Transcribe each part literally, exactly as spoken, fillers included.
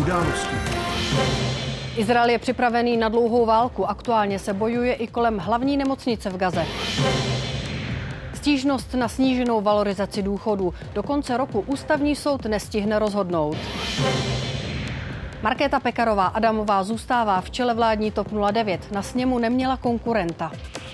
události. Izrael je připravený na dlouhou válku. Aktuálně se bojuje i kolem hlavní nemocnice v Gaze. Stížnost na sníženou valorizaci důchodů. Do konce roku ústavní soud nestihne rozhodnout. Markéta Pekarová Adamová zůstává v čele vládní TOP nula devět. Na sněmu neměla konkurenta.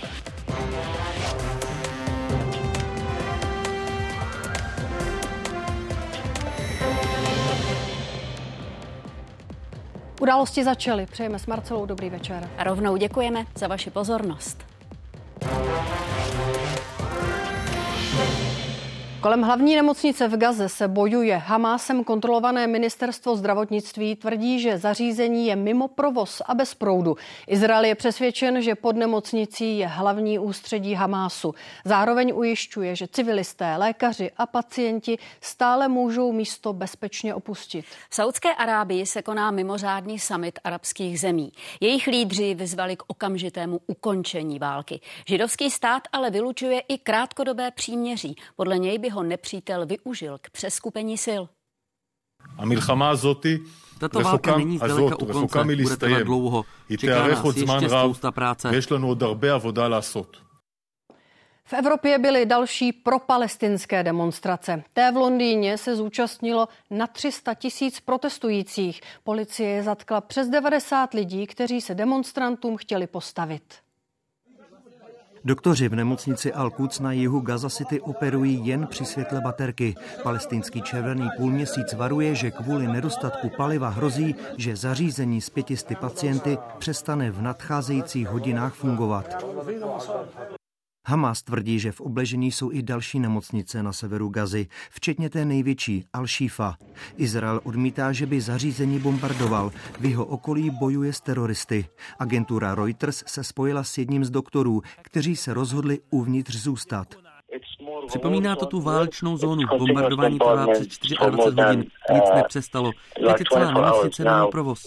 Události začaly. Přejeme s Marcelou dobrý večer. A rovnou děkujeme za vaši pozornost. Kolem hlavní nemocnice v Gaze se bojuje. Hamásem kontrolované ministerstvo zdravotnictví tvrdí, že zařízení je mimo provoz a bez proudu. Izrael je přesvědčen, že pod nemocnicí je hlavní ústředí Hamásu. Zároveň ujišťuje, že civilisté, lékaři a pacienti stále můžou místo bezpečně opustit. V Saudské Arábii se koná mimořádný summit arabských zemí. Jejich lídři vyzvali k okamžitému ukončení války. Židovský stát ale vylučuje i krátkodobé příměří. Podle něj by ho nepřítel využil k přeskupení sil. Tato válka není zdaleka u konce, bude trvat dlouho. Čeká nás ještě spousta práce. V Evropě byly další propalestinské demonstrace. Té v Londýně se zúčastnilo na tři sta tisíc protestujících. Policie zatkla přes devadesát lidí, kteří se demonstrantům chtěli postavit. Doktoři v nemocnici Al-Quds na jihu Gaza City operují jen při světle baterky. Palestinský červený půlměsíc varuje, že kvůli nedostatku paliva hrozí, že zařízení s pětisty pacienty přestane v nadcházejících hodinách fungovat. Hamás tvrdí, že v obležení jsou i další nemocnice na severu Gazy, včetně té největší, Al-Shifa. Izrael odmítá, že by zařízení bombardoval. V jeho okolí bojuje s teroristy. Agentura Reuters se spojila s jedním z doktorů, kteří se rozhodli uvnitř zůstat. Připomíná to tu válečnou zónu. Bombardování trvá přes dvacet čtyři hodin. Nic nepřestalo. Teď je celá nemocnice mimo provoz.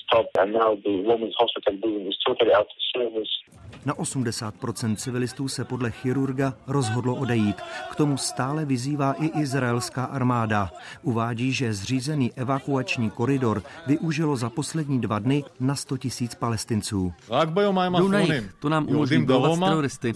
Na osmdesát procent civilistů se podle chirurga rozhodlo odejít. K tomu stále vyzývá i izraelská armáda. Uvádí, že zřízený evakuační koridor využilo za poslední dva dny na sto tisíc Palestinců. Jdou na jich, to nám umožní bojovat s teroristy.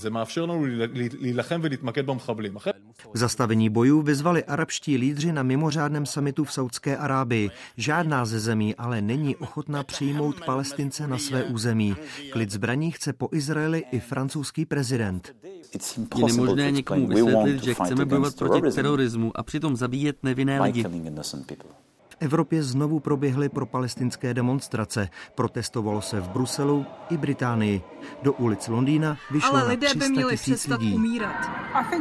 K zastavení bojů vyzvali arabští lídři na mimořádném summitu v Saudské Arábii. Žádná ze zemí ale není ochotná přijmout Palestince na své území. Klid zbraní chce po Izraeli i francouzský prezident. Je nemožné někomu vysvětlit, že chceme bojovat proti terorismu a přitom zabíjet nevinné lidi. V Evropě znovu proběhly propalestinské demonstrace. Protestovalo se v Bruselu i Británii. Do ulic Londýna vyšlo na tři sta tisíc lidí. Umírat.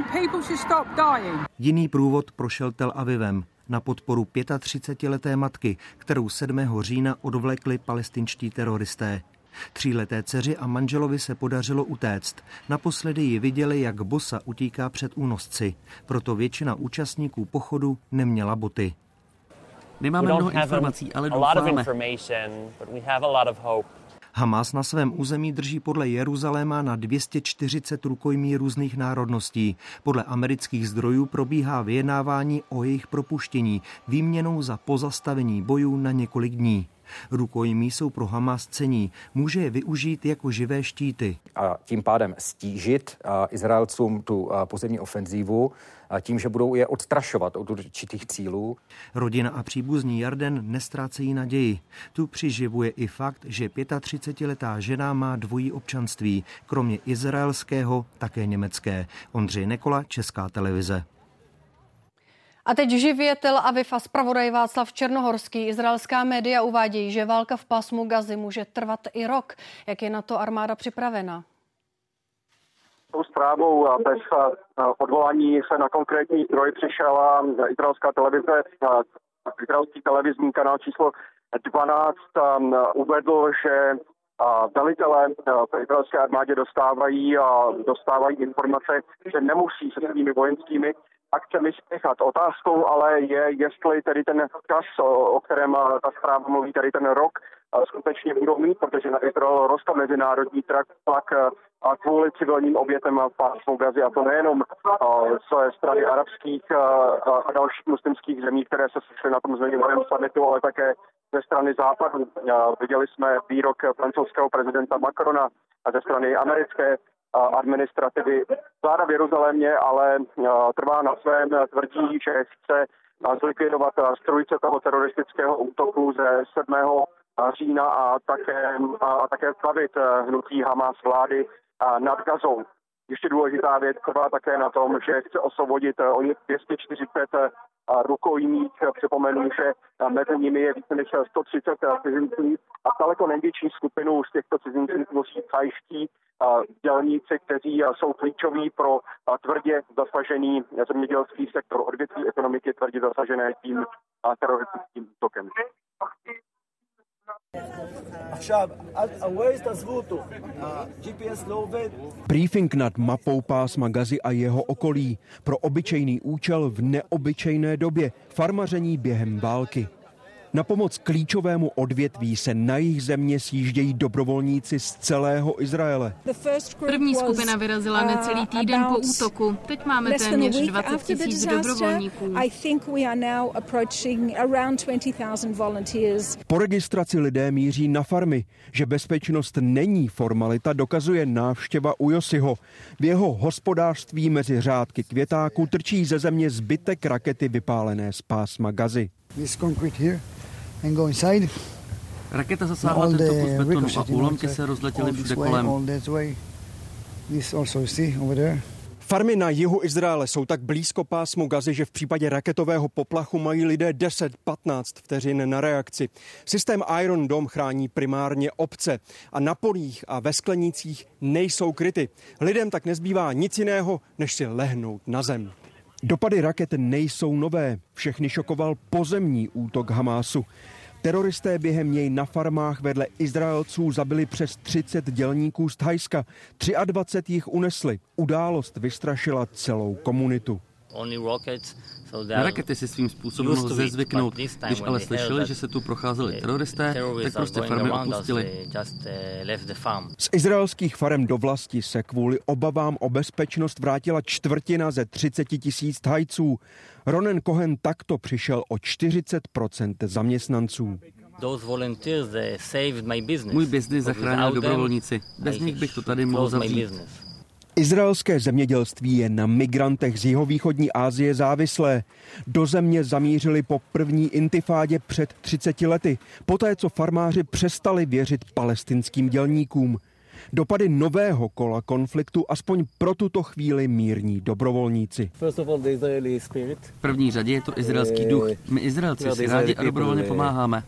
Jiný průvod prošel Tel Avivem na podporu třicetileté matky, kterou sedmého října odvlekli palestinští teroristé. Tříleté dceři a manželovi se podařilo utéct. Naposledy ji viděli, jak bosa utíká před únosci. Proto většina účastníků pochodu neměla boty. Nemáme mnoho informací, ale doufáme. Hamás na svém území drží podle Jeruzaléma na dvě stě čtyřicet rukojmí různých národností. Podle amerických zdrojů probíhá vyjednávání o jejich propuštění výměnou za pozastavení bojů na několik dní. Rukojmí jsou pro Hamás cenní, může je využít jako živé štíty. A tím pádem stížit Izraelcům tu pozemní ofenzívu tím, že budou je odstrašovat od určitých cílů. Rodina a příbuzní Jarden nestrácejí naději. Tu přiživuje i fakt, že třicetiletá žena má dvojí občanství, kromě izraelského také německé. Ondřej Nekola, Česká televize. A teď živě Tel Aviv a zpravodaj Václav Černohorský. Izraelská média uvádějí, že válka v pásmu Gazy může trvat i rok. Jak je na to armáda připravena? Tou zprávou bez odvolání se na konkrétní zdroj přišla izraelská televize, izraelský televizní kanál číslo dvanáct uvedl, že velitelé v izraelské armádě dostávají, dostávají informace, že nemusí se svými vojenskými akcemi spěchat. Otázkou ale je, jestli tedy ten čas, o kterém ta zpráva mluví, tedy ten rok, skutečně budou mít, protože na Izrael roste mezinárodní tlak a kvůli civilním obětem v pásmu Gazy, a to nejenom ze strany arabských a dalších muslimských zemí, které se sešly na tom zmiňovaném summitu, ale také ze strany západu. Viděli jsme výrok francouzského prezidenta Macrona a ze strany americké administrativy. Vláda v Jeruzalémě ale trvá na svém, tvrdí, že chce zlikvidovat strůjce toho teroristického útoku ze sedmého října a také, a také zbavit hnutí Hamas vlády nad Gazou. Ještě důležitá věc trvá také na tom, že chce osvobodit o dvě stě čtyřicet rukojmích. Připomenu, že mezi nimi je více než sto třicet cizinců a daleko největší skupinu z těchto cizinců tvoří thajští dělníci, kteří jsou klíčoví pro tvrdě zasažený zemědělský sektor, odvětví ekonomiky tvrdě zasažené tím teroristickým útokem. Briefing nad mapou pásma Gazy a jeho okolí pro obyčejný účel v neobyčejné době, farmaření během války. Na pomoc klíčovému odvětví se na jih země sjíždějí dobrovolníci z celého Izraele. První skupina vyrazila necelý týden po útoku. Teď máme téměř dvacet tisíc dobrovolníků. Po registraci lidé míří na farmy. Že bezpečnost není formalita, dokazuje návštěva u Josiho. V jeho hospodářství mezi řádky květáků trčí ze země zbytek rakety vypálené z pásma Gazy. Raketa zasáhla tento kus betonu a úlomky se rozletěly všude kolem. Farmy na jihu Izraele jsou tak blízko pásmu Gazy, že v případě raketového poplachu mají lidé deset patnáct vteřin na reakci. Systém Iron Dome chrání primárně obce a na polích a ve sklenících nejsou kryty. Lidem tak nezbývá nic jiného, než si lehnout na zem. Dopady raket nejsou nové. Všechny šokoval pozemní útok Hamásu. Teroristé během něj na farmách vedle Izraelců zabili přes třicet dělníků z Thajska. dvacet tři jich unesli. Událost vystrašila celou komunitu. Na rakety si svým způsobem lze zvyknout. Když ale slyšeli, že se tu procházeli teroristé, tak prostě farmy opustili. Z izraelských farem do vlasti se kvůli obavám o bezpečnost vrátila čtvrtina ze třicet tisíc Thajců. Ronen Cohen takto přišel o čtyřicet procent zaměstnanců. Můj biznis zachránil dobrovolníci. Bez nich bych to tady mohl zavřít. Izraelské zemědělství je na migrantech z jihovýchodní Asie závislé. Do země zamířili po první intifádě před třiceti lety, poté co farmáři přestali věřit palestinským dělníkům. Dopady nového kola konfliktu aspoň pro tuto chvíli mírní dobrovolníci. V první řadě je to izraelský duch. My Izraelci si rádi a dobrovolně pomáháme.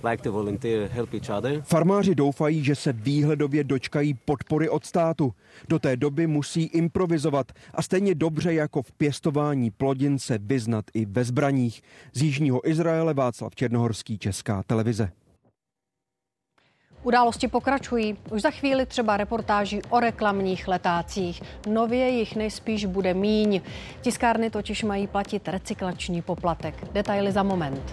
Farmáři doufají, že se výhledově dočkají podpory od státu. Do té doby musí improvizovat a stejně dobře jako v pěstování plodin se vyznat i ve zbraních. Z jižního Izraele Václav Černohorský, Česká televize. Události pokračují. Už za chvíli třeba reportáží o reklamních letácích. Nově jich nejspíš bude míň. Tiskárny totiž mají platit recyklační poplatek. Detaily za moment.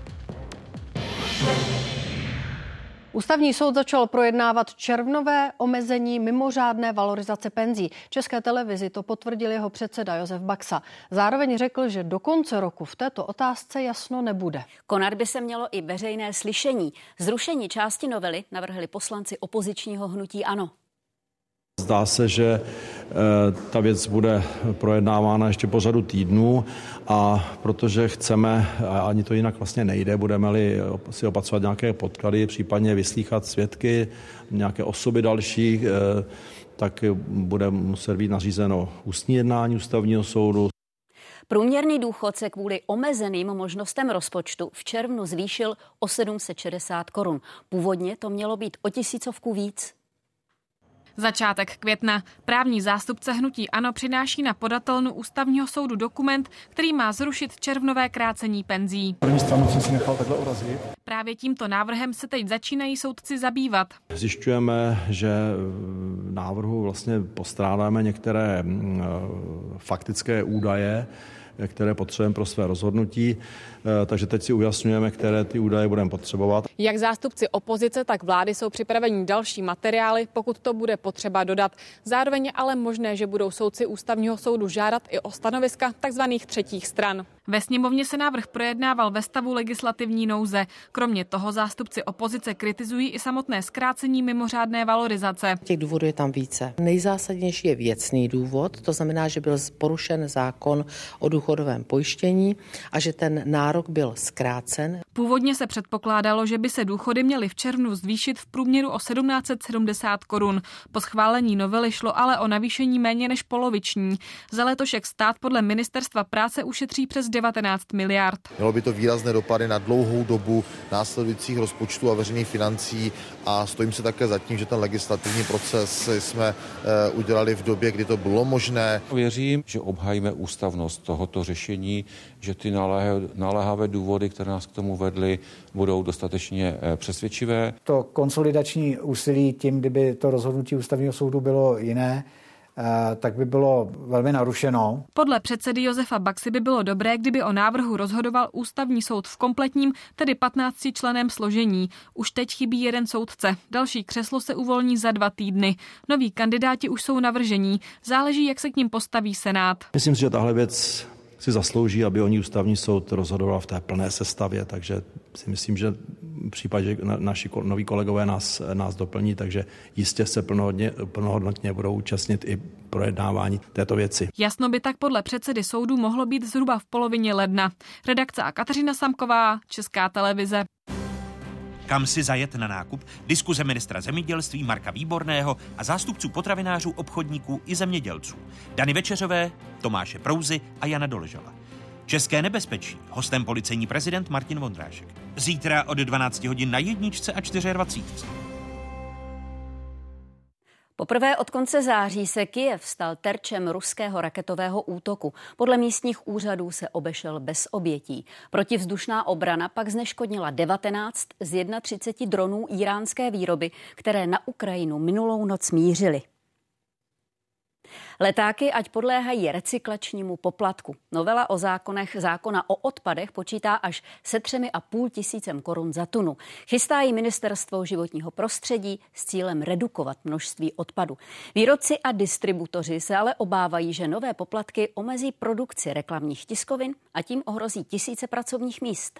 Ústavní soud začal projednávat červnové omezení mimořádné valorizace penzí. České televizi to potvrdil jeho předseda Josef Baxa. Zároveň řekl, že do konce roku v této otázce jasno nebude. Konat by se mělo i veřejné slyšení. Zrušení části novely navrhli poslanci opozičního hnutí ANO. Zdá se, že ta věc bude projednávána ještě po řadu týdnů a protože chceme, a ani to jinak vlastně nejde, budeme-li si opatřovat nějaké podklady, případně vyslýchat svědky, nějaké osoby další, tak bude muset být nařízeno ústní jednání ústavního soudu. Průměrný důchod se kvůli omezeným možnostem rozpočtu v červnu zvýšil o sedm set šedesát korun. Původně to mělo být o tisícovku víc. Začátek května. Právní zástupce hnutí ANO přináší na podatelnu ústavního soudu dokument, který má zrušit červnové krácení penzí. První stranu jsem si nechal takhle urazit. Právě tímto návrhem se teď začínají soudci zabývat. Zjišťujeme, že v návrhu vlastně postrádáme některé faktické údaje, které potřebujeme pro své rozhodnutí. Takže teď si ujasňujeme, které ty údaje budeme potřebovat. Jak zástupci opozice, tak vlády jsou připraveni další materiály, pokud to bude potřeba dodat. Zároveň je ale možné, že budou soudci Ústavního soudu žádat i o stanoviska takzvaných třetích stran. Ve sněmovně se návrh projednával ve stavu legislativní nouze. Kromě toho zástupci opozice kritizují i samotné zkrácení mimořádné valorizace. Těch důvodů je tam více. Nejzásadnější je věcný důvod, to znamená, že byl porušen zákon o důchodovém pojištění a že ten nárok byl zkrácen. Původně se předpokládalo, že by se důchody měly v červnu zvýšit v průměru o sedmnáct set sedmdesát korun. Po schválení novely šlo ale o navýšení méně než poloviční. Za letošek stát podle Ministerstva práce ušetří přes devatenáct miliard. Mělo by to výrazné dopady na dlouhou dobu následujících rozpočtů a veřejných financí a stojím se také za tím, že ten legislativní proces jsme udělali v době, kdy to bylo možné. Věřím, že obhajíme ústavnost tohoto řešení, že ty naléhavé důvody, které nás k tomu vedly, budou dostatečně přesvědčivé. To konsolidační úsilí tím, kdyby to rozhodnutí Ústavního soudu bylo jiné, tak by bylo velmi narušeno. Podle předsedy Josefa Baxy by bylo dobré, kdyby o návrhu rozhodoval Ústavní soud v kompletním, tedy patnáctičlenném složení. Už teď chybí jeden soudce. Další křeslo se uvolní za dva týdny. Noví kandidáti už jsou navržení. Záleží, jak se k nim postaví Senát. Myslím si, že tahle věc si zaslouží, aby o ní Ústavní soud rozhodoval v té plné sestavě, takže si myslím, že v případě, že naši noví kolegové nás, nás doplní, takže jistě se plnohodnotně, plnohodnotně budou účastnit i projednávání této věci. Jasno by tak podle předsedy soudu mohlo být zhruba v polovině ledna. Redakce a Kateřina Samková, Česká televize. Kam si zajet na nákup? Diskuze ministra zemědělství Marka Výborného a zástupců potravinářů, obchodníků i zemědělců. Dany Večeřové, Tomáše Prouzy a Jana Doležala. České nebezpečí. Hostem policejní prezident Martin Vondrášek. Zítra od dvanácti hodin na jedničce a dvacet čtyři. Poprvé od konce září se Kyjev stal terčem ruského raketového útoku. Podle místních úřadů se obešel bez obětí. Protivzdušná obrana pak zneškodnila devatenáct z třiceti jedna dronů íránské výroby, které na Ukrajinu minulou noc mířily. Letáky ať podléhají recyklačnímu poplatku. Novela o zákonech zákona o odpadech počítá až se třemi a půl tisícem korun za tunu. Chystá ji Ministerstvo životního prostředí s cílem redukovat množství odpadu. Výrobci a distributoři se ale obávají, že nové poplatky omezí produkci reklamních tiskovin a tím ohrozí tisíce pracovních míst.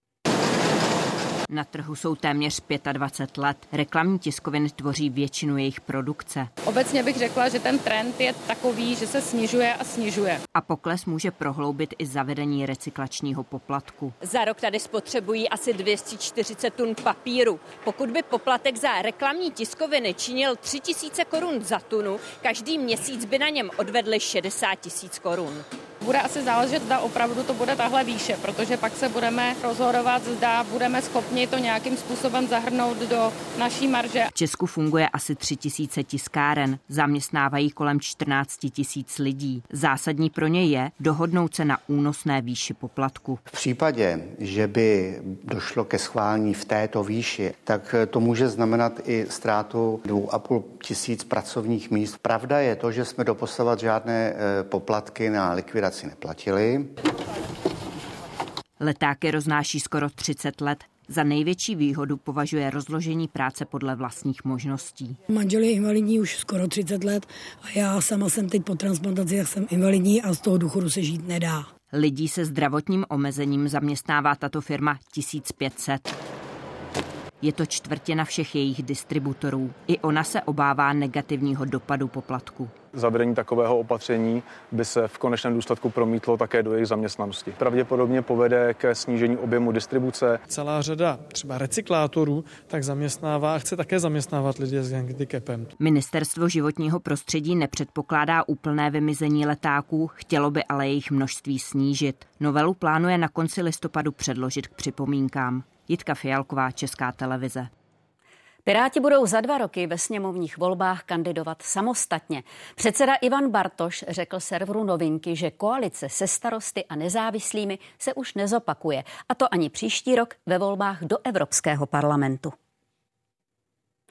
Na trhu jsou téměř dvacet pět let. Reklamní tiskoviny tvoří většinu jejich produkce. Obecně bych řekla, že ten trend je takový, že se snižuje a snižuje. A pokles může prohloubit i zavedení recyklačního poplatku. Za rok tady spotřebují asi dvě stě čtyřicet tun papíru. Pokud by poplatek za reklamní tiskoviny činil tři tisíce korun za tunu, každý měsíc by na něm odvedli šedesát tisíc korun. Bude asi záležet, zda opravdu to bude tahle výše, protože pak se budeme rozhodovat, zda budeme schopni to nějakým způsobem zahrnout do naší marže. V Česku funguje asi tři tisíce tiskáren, zaměstnávají kolem čtrnáct tisíc lidí. Zásadní pro ně je dohodnout se na únosné výši poplatku. V případě, že by došlo ke schválení v této výši, tak to může znamenat i ztrátu dvou a půl tisíc pracovních míst. Pravda je to, že jsme doposavat žádné poplatky na likvidaci neplatili. Letáky roznáší skoro třicet let. Za největší výhodu považuje rozložení práce podle vlastních možností. Manžel je invalidní už skoro třicet let a já sama jsem teď po transplantaci, jak jsem invalidní a z toho důchodu se žít nedá. Lidí se zdravotním omezením zaměstnává tato firma tisíc pět set. Je to čtvrtina všech jejich distributorů. I ona se obává negativního dopadu poplatku. Zavedení takového opatření by se v konečném důsledku promítlo také do jejich zaměstnanosti. Pravděpodobně povede ke snížení objemu distribuce. Celá řada třeba recyklátorů tak zaměstnává a chce také zaměstnávat lidi s handicapem. Ministerstvo životního prostředí nepředpokládá úplné vymizení letáků, chtělo by ale jejich množství snížit. Novelu plánuje na konci listopadu předložit k připomínkám. Jitka Fialková, Česká televize. Piráti budou za dva roky ve sněmovních volbách kandidovat samostatně. Předseda Ivan Bartoš řekl serveru Novinky, že koalice se Starosty a nezávislými se už nezopakuje, a to ani příští rok ve volbách do Evropského parlamentu.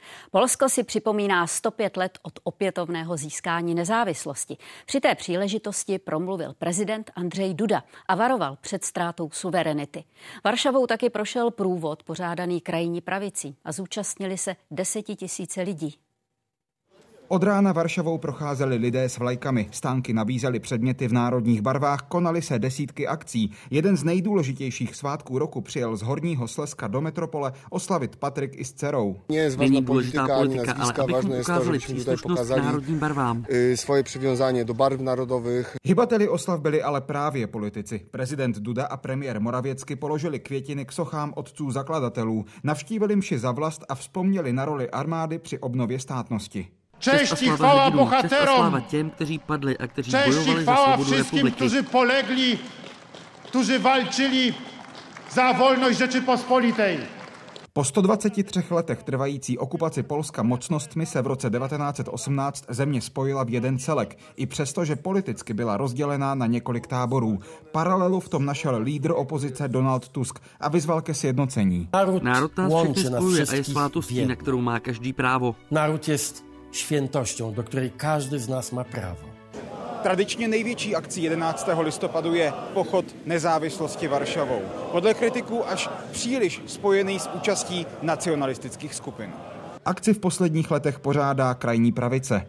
Polsko si připomíná sto pět let od opětovného získání nezávislosti. Při té příležitosti promluvil prezident Andrzej Duda a varoval před ztrátou suverenity. Varšavou taky prošel průvod pořádaný krajní pravicí a zúčastnili se desetitisíce lidí. Od rána Varšavou procházeli lidé s vlajkami, stánky nabízely předměty v národních barvách, konaly se desítky akcí. Jeden z nejdůležitějších svátků roku přijel z Horního Slezska do metropole oslavit Patrik i s dcerou. Není důležitá politika, ale abychom ukázali příslušnost k národním barvám. Svoje přiwiązání do barv národových. Hybateli oslav byli ale právě politici. Prezident Duda a premiér Morawiecky položili květiny k sochám otců zakladatelů, navštívili mši za vlast a vzpomněli na roli armády při obnově státnosti. Cześć i chwała bohaterom, těm, kteří padli a kteří cześć bojovali i za chwała svobodu wszystkim, republiky. którzy polegli, którzy walczyli za wolność Rzeczypospolitej. Po sto dvaceti třech letech trvající okupaci Polska mocnostmi se v roce devatenáct set osmnáct země spojila v jeden celek, i přesto, že politicky byla rozdělená na několik táborů. Paralelu v tom našel lídr opozice Donald Tusk a vyzval ke sjednocení. Národ, Národ nás všechny spojuje a je svátostí, na kterou má každý právo. Národ je świętością, do której każdy z nás má právo. Tradičně největší akcí jedenáctého listopadu je pochod nezávislosti Varšavou. Podle kritiků až příliš spojený s účastí nacionalistických skupin. Akci v posledních letech pořádá krajní pravice.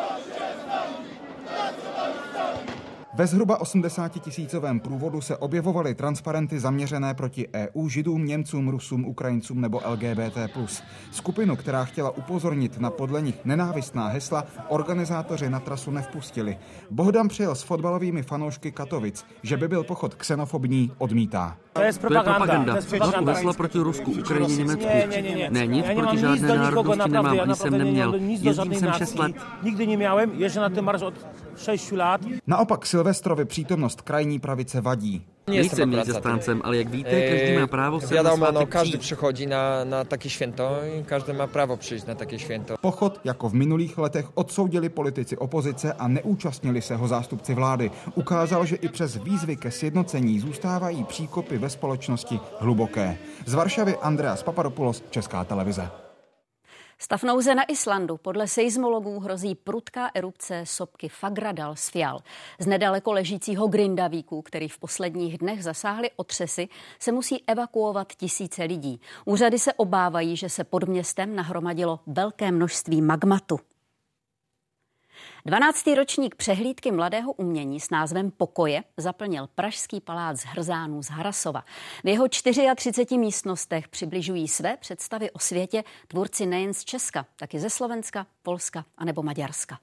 Ve zhruba osmdesátitisícovém průvodu se objevovaly transparenty zaměřené proti E U, Židům, Němcům, Rusům, Ukrajincům nebo L G B T plus. Skupinu, která chtěla upozornit na podle nich nenávistná hesla, organizátoři na trasu nevpustili. Bohdan přijel s fotbalovými fanoušky Katovic, že by byl pochod xenofobní, odmítá. To je propaganda. To je propaganda. Hesla proti Rusku, Ukrajině, Německu. Ne, ne, ne, ne. nic proti žádné národnosti nemám, ani jsem neměl. Jezdím jsem šest let. Nikdy neměłem, jeżdżę na ten marsz od šesti let. Naopak Silvestrovi přítomnost krajní pravice vadí. Nejsem jejich zastáncem, ale jak víte, každý má právo se na svátek no, každý přichodí na, na také święto i každý má právo přijít na také święto. Pochod, jako v minulých letech, odsoudili politici opozice a neúčastnili se ho zástupci vlády. Ukázal, že i přes výzvy ke sjednocení zůstávají příkopy ve společnosti hluboké. Z Varšavy Andreas Papadopoulos, Česká televize. Stav nouze na Islandu. Podle seismologů hrozí prudká erupce sopky Fagradalsfjall. Z nedaleko ležícího Grindavíku, který v posledních dnech zasáhly otřesy, se musí evakuovat tisíce lidí. Úřady se obávají, že se pod městem nahromadilo velké množství magmatu. dvanáctý ročník přehlídky mladého umění s názvem Pokoje zaplnil Pražský palác Hrzánů z Harasova. V jeho třiceti čtyřech místnostech přibližují své představy o světě tvůrci nejen z Česka, taky ze Slovenska, Polska a nebo Maďarska.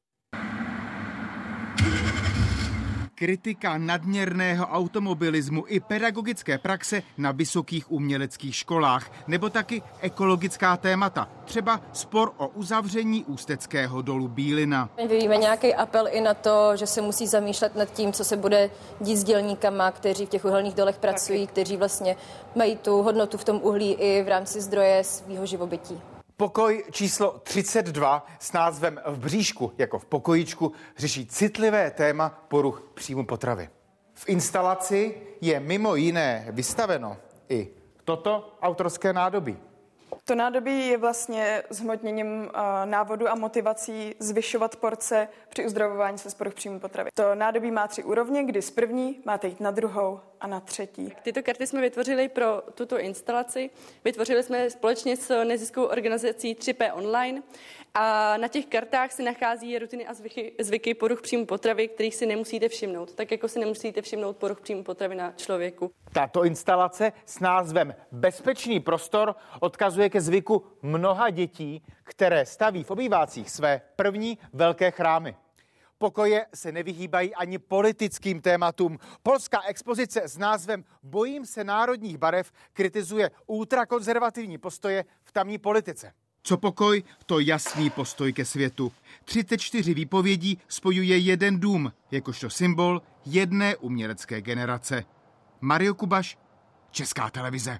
Kritika nadměrného automobilismu i pedagogické praxe na vysokých uměleckých školách, nebo taky ekologická témata, třeba spor o uzavření ústeckého dolu Bílina. Vyvíjíme nějaký apel i na to, že se musí zamýšlet nad tím, co se bude dít s dělníkama, kteří v těch uhelných dolech pracují, kteří vlastně mají tu hodnotu v tom uhlí i v rámci zdroje svého živobytí. Pokoj číslo třicet dva s názvem V bříšku jako v pokojíčku řeší citlivé téma poruch příjmu potravy. V instalaci je mimo jiné vystaveno i toto autorské nádobí. To nádobí je vlastně zhmotněním návodu a motivací zvyšovat porce při uzdravování se z poruch příjmu potravy. To nádobí má tři úrovně, kdy z první máte jít na druhou a na třetí. Tyto karty jsme vytvořili pro tuto instalaci. Vytvořili jsme společně s neziskovou organizací tři P Online a na těch kartách se nachází rutiny a zvyky, zvyky poruch příjmu potravy, kterých si nemusíte všimnout, tak jako si nemusíte všimnout poruch příjmu potravy na člověku. Tato instalace s názvem Bezpečný prostor odkazuje ke zvyku mnoha dětí, které staví v obývácích své první velké chrámy. Pokoje se nevyhýbají ani politickým tématům. Polská expozice s názvem Bojím se národních barev kritizuje ultrakonzervativní postoje v tamní politice. Co pokoj, to jasný postoj ke světu. třicet čtyři výpovědí spojuje jeden dům, jakožto symbol jedné umělecké generace. Mario Kubaš, Česká televize.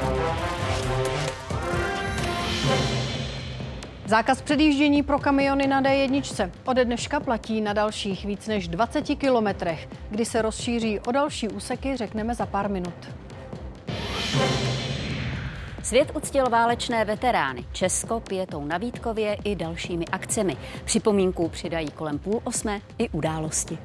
Zákaz předjíždění pro kamiony na D jedna ode dneška platí na dalších víc než dvaceti kilometrech. Kdy se rozšíří o další úseky, řekneme za pár minut. Svět uctil válečné veterány. Česko pijetou na Vítkově i dalšími akcemi. Připomínku přidají kolem půl osmé i události.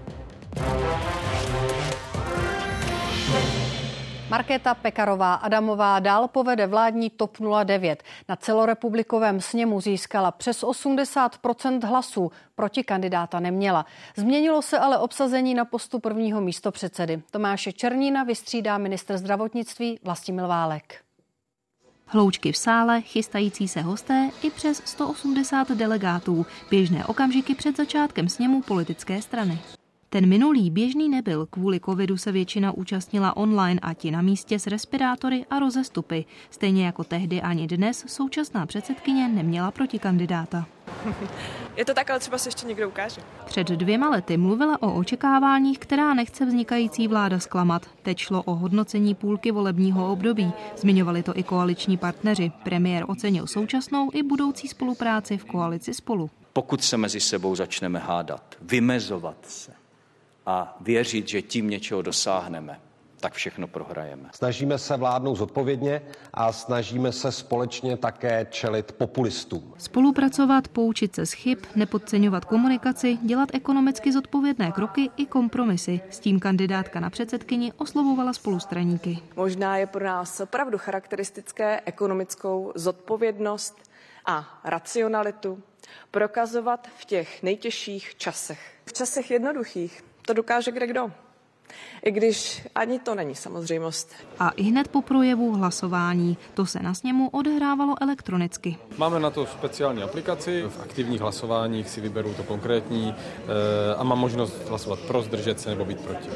Markéta Pekarová Adamová dál povede vládní TOP nula devět. Na celorepublikovém sněmu získala přes osmdesát procent hlasů, proti kandidáta neměla. Změnilo se ale obsazení na postu prvního místopředsedy. Tomáše Černína vystřídá ministr zdravotnictví Vlastimil Válek. Hloučky v sále, chystající se hosté i přes sto osmdesát delegátů. Běžné okamžiky před začátkem sněmu politické strany. Ten minulý běžný nebyl, kvůli covidu se většina účastnila online a ti na místě s respirátory a rozestupy. Stejně jako tehdy ani dnes současná předsedkyně neměla protikandidáta. Je to tak, ale třeba se ještě někdo ukáže. Před dvěma lety mluvila o očekáváních, která nechce vznikající vláda zklamat. Teď šlo o hodnocení půlky volebního období. Zmiňovali to i koaliční partneři. Premiér ocenil současnou i budoucí spolupráci v koalici Spolu. Pokud se mezi sebou začneme hádat, vymezovat se a věřit, že tím něčeho dosáhneme, tak všechno prohrajeme. Snažíme se vládnout zodpovědně a snažíme se společně také čelit populistům. Spolupracovat, poučit se z chyb, nepodceňovat komunikaci, dělat ekonomicky zodpovědné kroky i kompromisy. S tím kandidátka na předsedkyni oslovovala spolustraníky. Možná je pro nás opravdu charakteristické ekonomickou zodpovědnost a racionalitu prokazovat v těch nejtěžších časech. V časech jednoduchých to dokáže kdekdo. I když ani to není samozřejmost. A i hned po projevu hlasování. To se na sněmu odehrávalo elektronicky. Máme na to speciální aplikaci. V aktivních hlasováních si vyberu to konkrétní a mám možnost hlasovat pro, zdržet se nebo být proti.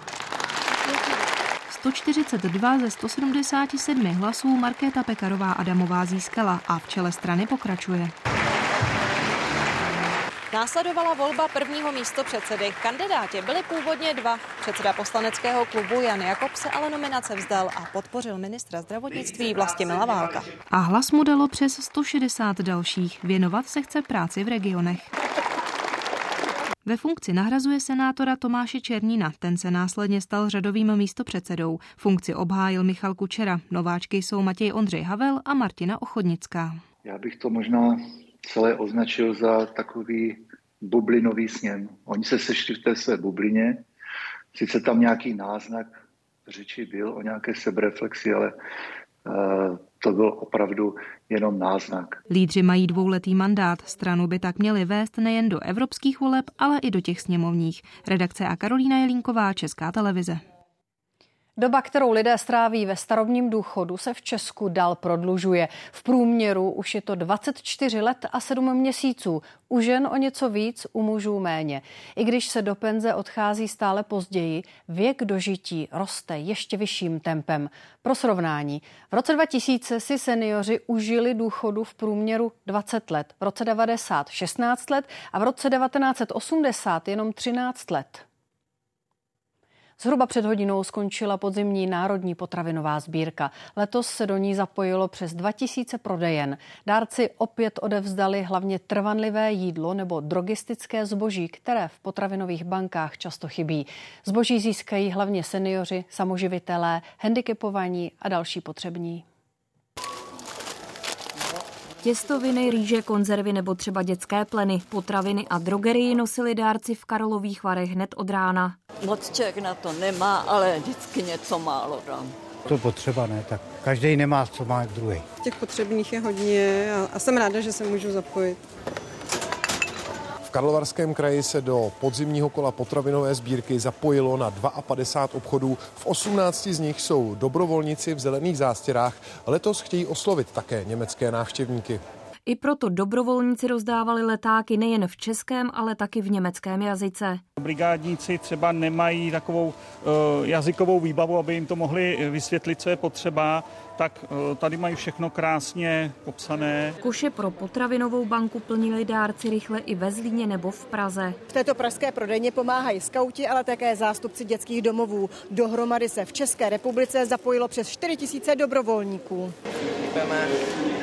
sto čtyřicet dva ze sto sedmdesáti sedmi hlasů Markéta Pekarová Adamová získala a v čele strany pokračuje. Následovala volba prvního místopředsedy. Kandidáti byli původně dva. Předseda poslaneckého klubu Jan Jakob se ale nominace vzdal a podpořil ministra zdravotnictví Vlastimila Válka. A hlas mu dalo přes sto šedesát dalších. Věnovat se chce práci v regionech. Ve funkci nahrazuje senátora Tomáše Černína. Ten se následně stal řadovým místopředsedou. Funkci obhájil Michal Kučera. Nováčky jsou Matěj Ondřej Havel a Martina Ochodnická. Já bych to možná celé označil za takový bublinový sněm. Oni se sešli v té své bublině, sice tam nějaký náznak řeči byl o nějaké sebereflexi, ale uh, to byl opravdu jenom náznak. Lídři mají dvouletý mandát. Stranu by tak měli vést nejen do evropských voleb, ale i do těch sněmovních. Redakce a Karolína Jelínková, Česká televize. Doba, kterou lidé stráví ve starobním důchodu, se v Česku dál prodlužuje. V průměru už je to dvacet čtyři let a sedm měsíců. U žen o něco víc, u mužů méně. I když se do penze odchází stále později, věk dožití roste ještě vyšším tempem. Pro srovnání, v roce dva tisíce si seniori užili důchodu v průměru dvacet let, v roce devadesát šestnáct let a v roce devatenáct set osmdesát jenom třináct let. Zhruba před hodinou skončila podzimní národní potravinová sbírka. Letos se do ní zapojilo přes dva tisíce prodejen. Dárci opět odevzdali hlavně trvanlivé jídlo nebo drogistické zboží, které v potravinových bankách často chybí. Zboží získají hlavně seniori, samoživitelé, handicapovaní a další potřební. Těstoviny, rýže, konzervy nebo třeba dětské pleny, potraviny a drogerii nosili dárci v Karlových Varech hned od rána. Moc člověk na to nemá, ale vždycky něco málo dám. To potřeba ne, tak každý nemá, co má druhý. Těch potřebných je hodně a, a jsem ráda, že se můžu zapojit. V Karlovarském kraji se do podzimního kola potravinové sbírky zapojilo na padesát dva obchodů. V osmnácti z nich jsou dobrovolníci v zelených zástěrách. Letos chtějí oslovit také německé návštěvníky. I proto dobrovolníci rozdávali letáky nejen v českém, ale taky v německém jazyce. Brigádníci třeba nemají takovou uh, jazykovou výbavu, aby jim to mohli vysvětlit, co je potřeba, tak uh, tady mají všechno krásně popsané. Koše pro potravinovou banku plnili dárci rychle i ve Zlíně nebo v Praze. V této pražské prodejně pomáhají skauti, ale také zástupci dětských domovů. Dohromady se v České republice zapojilo přes čtyři tisíce dobrovolníků. Už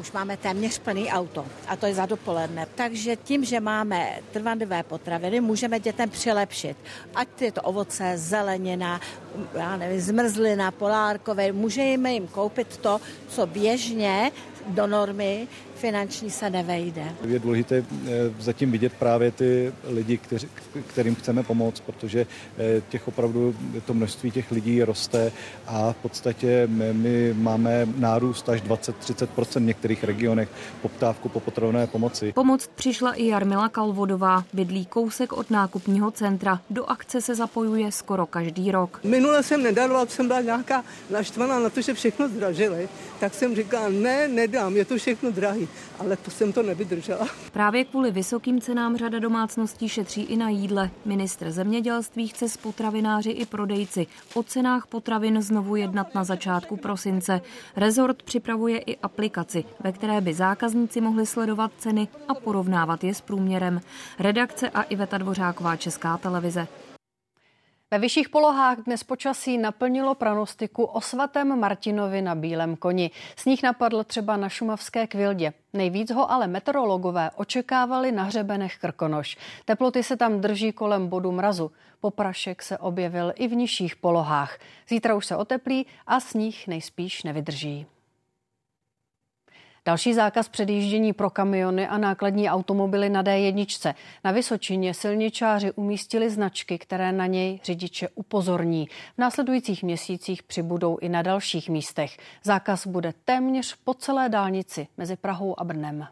už máme téměř plný auto a to je za dopoledne. Takže tím, že máme trvanlivé potraviny, můžeme dětem přilepšit. Ať je to ovoce, zelenina, já nevím, zmrzlina, polárkové, můžeme jim koupit to, co běžně do normy finanční se nevejde. Je důležité zatím vidět právě ty lidi, kteři, kterým chceme pomoct, protože těch opravdu to množství těch lidí roste a v podstatě my máme nárůst až dvacet až třicet procent v některých regionech poptávku po potravinové pomoci. Pomoc přišla i Jarmila Kalvodová, bydlí kousek od nákupního centra. Do akce se zapojuje skoro každý rok. Minule jsem nedarovala, jsem byla nějaká naštvaná na to, že všechno zdražili, tak jsem říkala, ne, nedám, je to všechno drahý. Ale to jsem to nevydržela. Právě kvůli vysokým cenám řada domácností šetří i na jídle. Ministr zemědělství chce s potravináři i prodejci o cenách potravin znovu jednat na začátku prosince. Rezort připravuje i aplikaci, ve které by zákazníci mohli sledovat ceny a porovnávat je s průměrem. Redakce a Iveta Dvořáková, Česká televize. Ve vyšších polohách dnes počasí naplnilo pranostiku o svatém Martinovi na bílém koni. Sníh napadl třeba na šumavské Kvildě. Nejvíc ho ale meteorologové očekávali na hřebenech Krkonoš. Teploty se tam drží kolem bodu mrazu. Poprašek se objevil i v nižších polohách. Zítra už se oteplí a sníh nejspíš nevydrží. Další zákaz předjíždění pro kamiony a nákladní automobily na dé jedna. Na Vysočině silničáři umístili značky, které na něj řidiče upozorní. V následujících měsících přibudou i na dalších místech. Zákaz bude téměř po celé dálnici mezi Prahou a Brnem.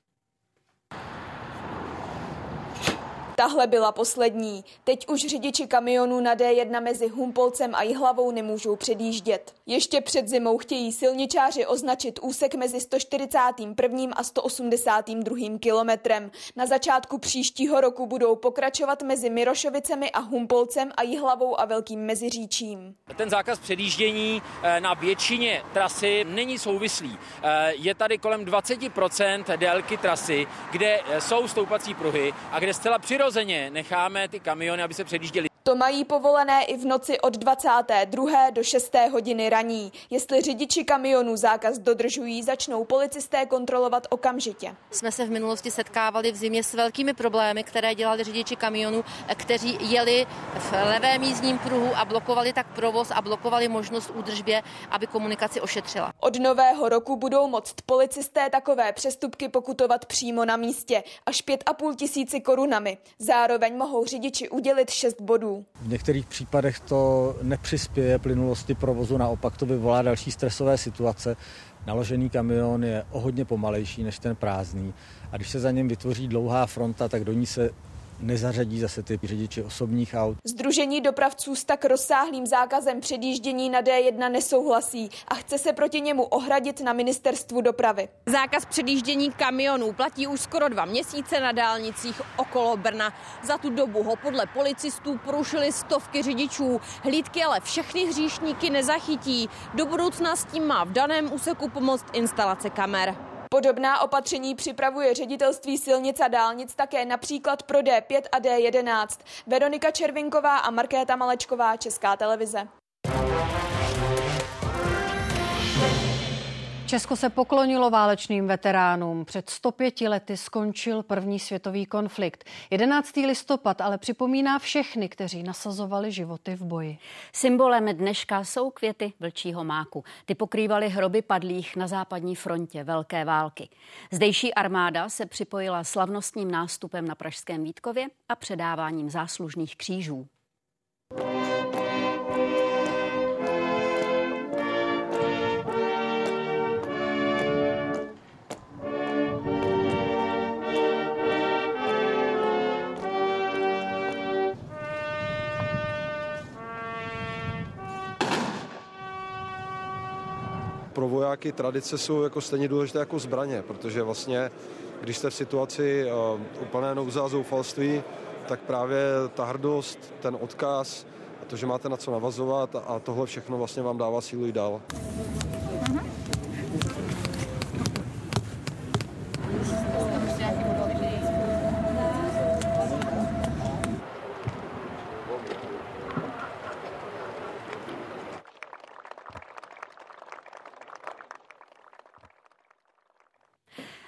Tahle byla poslední. Teď už řidiči kamionů na dé jedna mezi Humpolcem a Jihlavou nemůžou předjíždět. Ještě před zimou chtějí silničáři označit úsek mezi sto čtyřicátým prvním a sto osmdesátým druhým kilometrem. Na začátku příštího roku budou pokračovat mezi Mirošovicemi a Humpolcem a Jihlavou a Velkým Meziříčím. Ten zákaz předjíždění na většině trasy není souvislý. Je tady kolem dvacet procent délky trasy, kde jsou stoupací pruhy a kde zcela přirozeně necháme ty kamiony, aby se předjížděly. To mají povolené i v noci od dvacáté druhé do šesté hodiny raní. Jestli řidiči kamionů zákaz dodržují, začnou policisté kontrolovat okamžitě. Jsme se v minulosti setkávali v zimě s velkými problémy, které dělali řidiči kamionů, kteří jeli v levém jízdním pruhu a blokovali tak provoz a blokovali možnost údržbě, aby komunikaci ošetřila. Od nového roku budou moct policisté takové přestupky pokutovat přímo na místě, až pět a půl tisíci korunami. Zároveň mohou řidiči udělit šest bodů. V některých případech to nepřispěje plynulosti provozu, naopak to vyvolá další stresové situace. Naložený kamion je o hodně pomalejší než ten prázdný a když se za něm vytvoří dlouhá fronta, tak do ní se nezařadí zase ty řidiči osobních aut. Sdružení dopravců s tak rozsáhlým zákazem předjíždění na dé jedna nesouhlasí a chce se proti němu ohradit na ministerstvu dopravy. Zákaz předjíždění kamionů platí už skoro dva měsíce na dálnicích okolo Brna. Za tu dobu ho podle policistů porušili stovky řidičů. Hlídky ale všechny hříšníky nezachytí. Do budoucna s tím má v daném úseku pomoct instalace kamer. Podobná opatření připravuje ředitelství silnic a dálnic také například pro dé pět a dé jedenáct. Veronika Červinková a Markéta Malečková, Česká televize. Česko se poklonilo válečným veteránům. Před sto pěti lety skončil první světový konflikt. jedenáctého listopad ale připomíná všechny, kteří nasazovali životy v boji. Symbolem dneška jsou květy vlčího máku. Ty pokrývaly hroby padlých na západní frontě Velké války. Zdejší armáda se připojila slavnostním nástupem na pražském Vítkově a předáváním záslužných křížů. Pro vojáky tradice jsou jako stejně důležité jako zbraně, protože vlastně, když jste v situaci uh, úplné nouze a zoufalství, tak právě ta hrdost, ten odkaz, a to, že máte na co navazovat a tohle všechno vlastně vám dává sílu jít dál.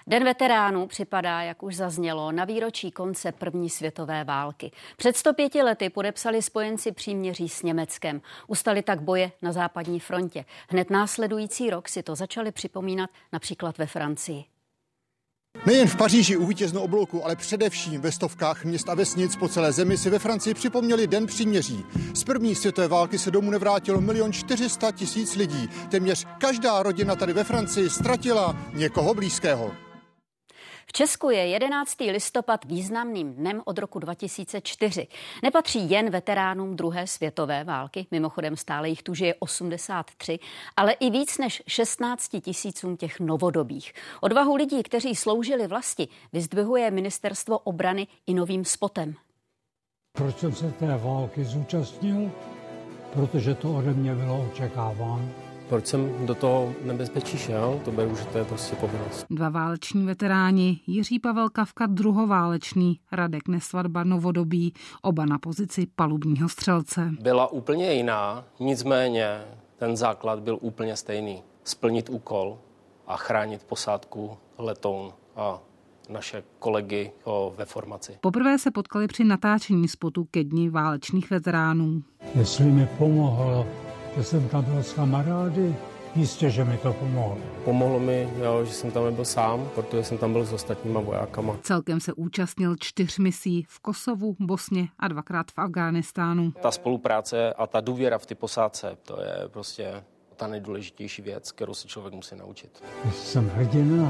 Den veteránů připadá, jak už zaznělo, na výročí konce první světové války. Před sto pěti lety podepsali spojenci příměří s Německem. Ustali tak boje na západní frontě. Hned následující rok si to začali připomínat například ve Francii. Nejen v Paříži u vítěznou oblouku, ale především ve stovkách měst a vesnic po celé zemi si ve Francii připomněli Den příměří. Z první světové války se domů nevrátilo milion čtyři sta tisíc lidí. Téměř každá rodina tady ve Francii ztratila někoho blízkého. V Česku je jedenáctého listopad významným dnem od roku dva tisíce čtyři. Nepatří jen veteránům druhé světové války, mimochodem stále jich tu žije osmdesát tři, ale i víc než šestnácti tisícům těch novodobých. Odvahu lidí, kteří sloužili vlasti, vyzdvihuje Ministerstvo obrany i novým spotem. Proč jsem se té války zúčastnil? Protože to ode mě bylo očekáváno. Proč jsem do toho nebezpečí šel? To beru, že to je prostě povinnost. Dva váleční veteráni, Jiří Pavel Kafka druhoválečný, Radek Nesvadba novodobý, oba na pozici palubního střelce. Byla úplně jiná, nicméně ten základ byl úplně stejný. Splnit úkol a chránit posádku, letoun a naše kolegy ve formaci. Poprvé se potkali při natáčení spotu ke dni válečných veteránů. Jestli mi pomohlo, že jsem tam byl s kamarády, jistě, že mi to pomohlo. Pomohlo mi, jo, že jsem tam nebyl sám, protože jsem tam byl s ostatníma vojákama. Celkem se účastnil čtyř misí v Kosovu, Bosně a dvakrát v Afghánistánu. Ta spolupráce a ta důvěra v ty posádce, to je prostě ta nejdůležitější věc, kterou se člověk musí naučit. Jestli jsem hrdina,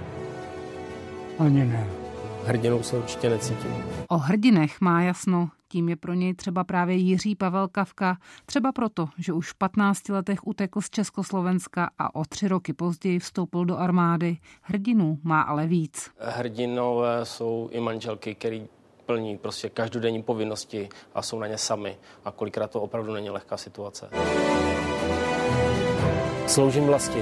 ani ne. Hrdinou se určitě necítím. O hrdinech má jasno. Tím je pro něj třeba právě Jiří Pavel Kafka. Třeba proto, že už v patnácti letech utekl z Československa a o tři roky později vstoupil do armády. Hrdinů má ale víc. Hrdinové jsou i manželky, který plní prostě každodenní povinnosti a jsou na ně sami. A kolikrát to opravdu není lehká situace. Sloužím vlasti.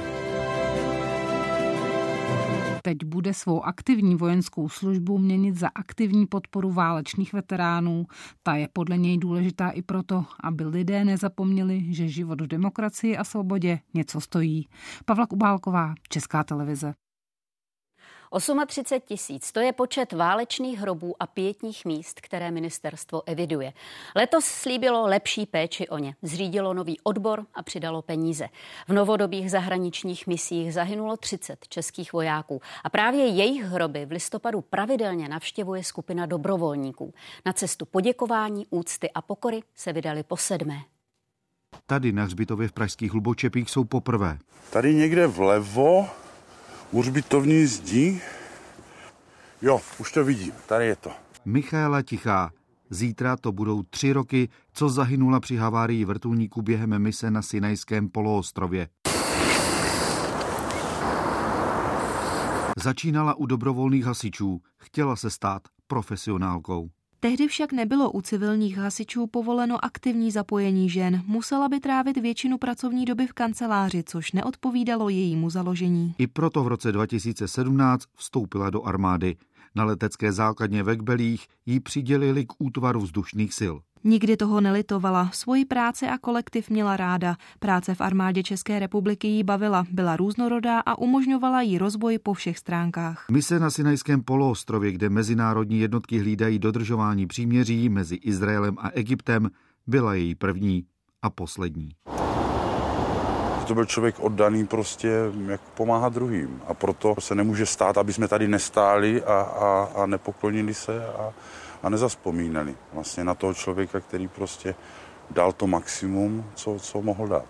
Teď bude svou aktivní vojenskou službu měnit za aktivní podporu válečných veteránů. Ta je podle něj důležitá i proto, aby lidé nezapomněli, že život v demokracii a svobodě něco stojí. Pavla Kubálková, Česká televize. třicet osm tisíc, to je počet válečných hrobů a pietních míst, které ministerstvo eviduje. Letos slíbilo lepší péči o ně, zřídilo nový odbor a přidalo peníze. V novodobých zahraničních misích zahynulo třicet českých vojáků a právě jejich hroby v listopadu pravidelně navštěvuje skupina dobrovolníků. Na cestu poděkování, úcty a pokory se vydali po sedmé. Tady na hřbitově v pražských Hlubočepích jsou poprvé. Tady někde vlevo u hřbitovní zdi. Jo, už to vidím, tady je to. Michaela Tichá. Zítra to budou tři roky, co zahynula při havárii vrtulníku během mise na Sinajském poloostrově. Začínala u dobrovolných hasičů, chtěla se stát profesionálkou. Tehdy však nebylo u civilních hasičů povoleno aktivní zapojení žen. Musela by trávit většinu pracovní doby v kanceláři, což neodpovídalo jejímu založení. I proto v roce dva tisíce sedmnáct vstoupila do armády. Na letecké základně ve Kbelích jí přidělili k útvaru vzdušných sil. Nikdy toho nelitovala, svoji práci a kolektiv měla ráda. Práce v armádě České republiky jí bavila, byla různorodá a umožňovala jí rozvoj po všech stránkách. Mise na Sinajském poloostrově, kde mezinárodní jednotky hlídají dodržování příměří mezi Izraelem a Egyptem, byla její první a poslední. To byl člověk oddaný prostě, jak pomáhat druhým. A proto se nemůže stát, aby jsme tady nestáli a, a, a nepoklonili se a, a nezazpomínali vlastně na toho člověka, který prostě dal to maximum, co, co mohl dát.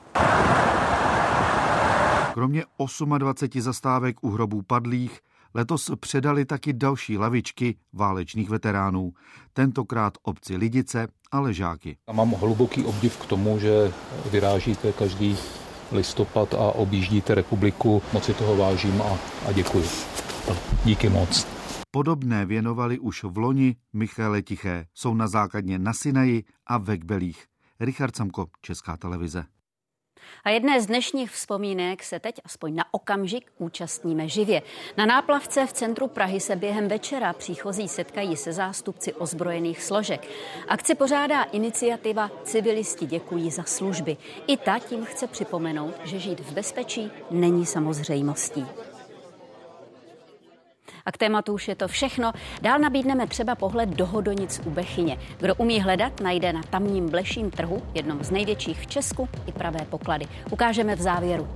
Kromě dvaceti osmi zastávek u hrobů padlých letos předali taky další lavičky válečných veteránů. Tentokrát obci Lidice a Ležáky. A mám hluboký obdiv k tomu, že vyrážíte každý listopad a objíždíte republiku. Moc si toho vážím a, a děkuji. Díky moc. Podobné věnovali už v loni Michaele Tiché. Jsou na základně na Sinaji a ve Kbelích. Richard Samko, Česká televize. A jedné z dnešních vzpomínek se teď aspoň na okamžik účastníme živě. Na náplavce v centru Prahy se během večera příchozí setkají se zástupci ozbrojených složek. Akci pořádá iniciativa Civilisti děkují za služby. I ta tím chce připomenout, že žít v bezpečí není samozřejmostí. A k tématu už je to všechno. Dál nabídneme třeba pohled do Hodonic u Bechyně. Kdo umí hledat, najde na tamním bleším trhu, jednom z největších v Česku, i pravé poklady. Ukážeme v závěru.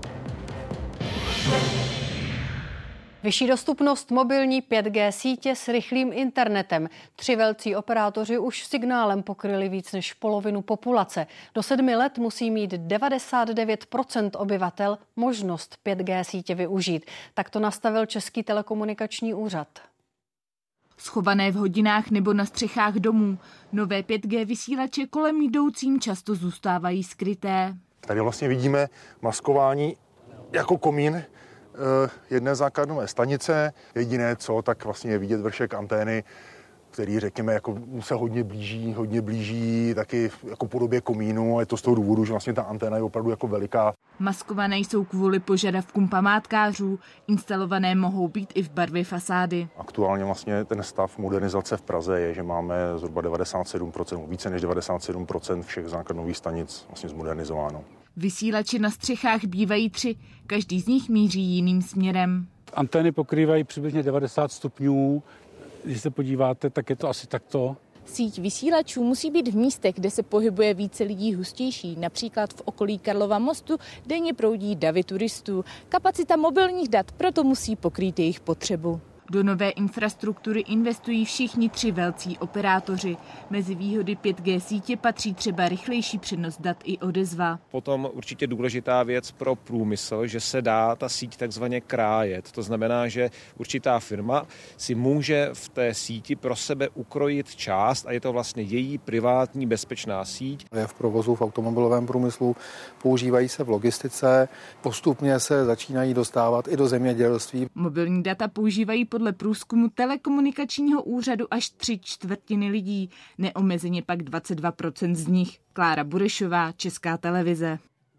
Vyšší dostupnost mobilní pět G sítě s rychlým internetem. Tři velcí operátoři už signálem pokryli víc než polovinu populace. Do sedmi let musí mít devadesát devět procent obyvatel možnost pět G sítě využít. Tak to nastavil Český telekomunikační úřad. Schované v hodinách nebo na střechách domů. Nové pět G vysílače kolem jdoucím často zůstávají skryté. Tady vlastně vidíme maskování jako komín jedné základnové stanice. Jediné co, tak vlastně je vidět vršek antény, který, řekněme, jako se hodně blíží, hodně blíží taky jako podobě komínu. A je to z toho důvodu, že vlastně ta anténa je opravdu jako veliká. Maskované jsou kvůli požadavkům památkářů. Instalované mohou být i v barvě fasády. Aktuálně vlastně ten stav modernizace v Praze je, že máme zhruba devadesát sedm procent, více než devadesát sedm procent všech základnových stanic vlastně zmodernizováno. Vysílači na střechách bývají tři, každý z nich míří jiným směrem. Antény pokrývají přibližně devadesát stupňů. Když se podíváte, tak je to asi takto. Síť vysílačů musí být v místech, kde se pohybuje více lidí hustější, například v okolí Karlova mostu, denně proudí davy turistů. Kapacita mobilních dat proto musí pokrýt jejich potřebu. Do nové infrastruktury investují všichni tři velcí operátoři. Mezi výhody pět G sítě patří třeba rychlejší přenos dat i odezva. Potom určitě důležitá věc pro průmysl, že se dá ta síť takzvaně krájet. To znamená, že určitá firma si může v té síti pro sebe ukrojit část a je to vlastně její privátní bezpečná síť. Je v provozu v automobilovém průmyslu, používají se v logistice, postupně se začínají dostávat i do zemědělství. Mobilní data používají pod Podle průzkumu telekomunikačního úřadu až tři čtvrtiny lidí, neomezeně pak dvacet dva procent z nich. Klára Burešová, Česká televize.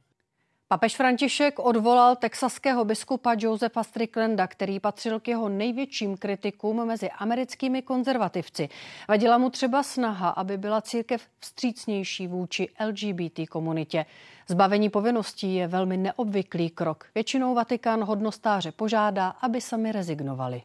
Papež František odvolal texaského biskupa Josepha Stricklanda, který patřil k jeho největším kritikům mezi americkými konzervativci. Vadila mu třeba snaha, aby byla církev vstřícnější vůči L G B T komunitě. Zbavení povinností je velmi neobvyklý krok. Většinou Vatikán hodnostáře požádá, aby sami rezignovali.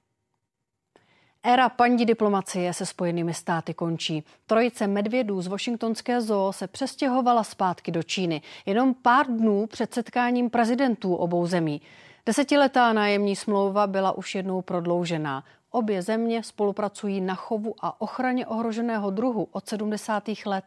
Éra pandí diplomacie se Spojenými státy končí. Trojice medvědů z washingtonské zoo se přestěhovala zpátky do Číny. Jenom pár dnů před setkáním prezidentů obou zemí. Desetiletá nájemní smlouva byla už jednou prodloužená. Obě země spolupracují na chovu a ochraně ohroženého druhu od sedmdesátých let.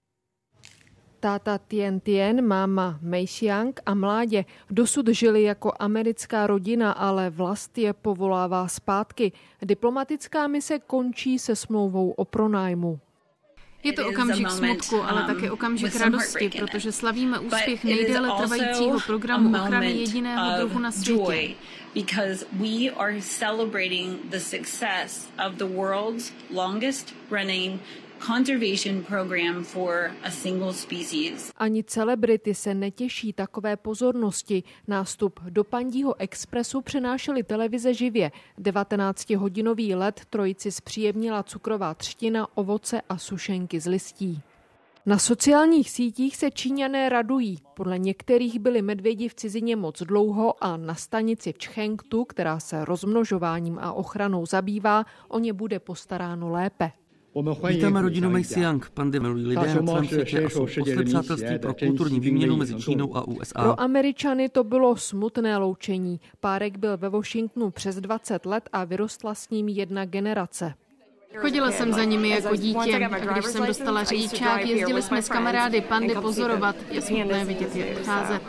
Táta Tien Tien, máma Mei Xiang a mládě dosud žili jako americká rodina, ale vlast je povolává zpátky. Diplomatická mise končí se smlouvou o pronájmu. Je to okamžik smutku, ale také okamžik radosti, protože slavíme úspěch nejdéle trvajícího programu ochrany jediného druhu na světě. Because we are celebrating the success of the world's longest running conservation program for a single species. Ani celebrity se netěší takové pozornosti. Nástup do Pandího expresu přenášely televize živě. devatenáctihodinový let trojici zpříjemnila cukrová třtina, ovoce a sušenky z listí. Na sociálních sítích se Číňané radují. Podle některých byli medvědi v cizině moc dlouho a na stanici v Chengtu, která se rozmnožováním a ochranou zabývá, o ně bude postaráno lépe. Vítáme rodinu Mei Xiang. Pandy milují lidé na celém světě a jsou poslední přátelství pro kulturní výměnu mezi Čínou a U S A. Pro Američany to bylo smutné loučení. Párek byl ve Washingtonu přes dvacet let a vyrostla s ním jedna generace. Chodila jsem za nimi jako dítě a když jsem dostala řidičák, jezdili jsme s kamarády pandy pozorovat. Je smutné vidět je odcházet.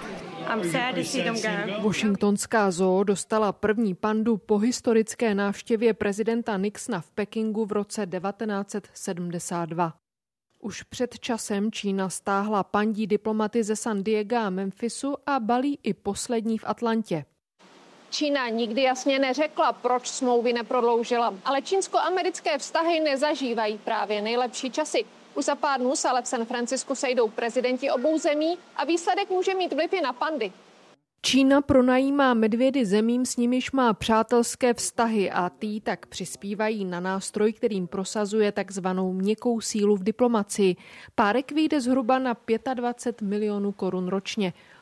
Washingtonská zoo dostala první pandu po historické návštěvě prezidenta Nixona v Pekingu v roce devatenáct set sedmdesát dva. Už před časem Čína stáhla pandí diplomaty ze San Diega a Memphisu a balí i poslední v Atlantě. Čína nikdy jasně neřekla, proč smlouvy neprodloužila, ale čínsko-americké vztahy nezažívají právě nejlepší časy. Už za pár dnů se ale v San Francisku sejdou prezidenti obou zemí a výsledek může mít vliv i na pandy. Čína pronajímá medvědy zemím, s nimiž má přátelské vztahy a ty tak přispívají na nástroj, kterým prosazuje takzvanou měkkou sílu v diplomacii. Párek vyjde zhruba na dvacet pět milionů korun ročně.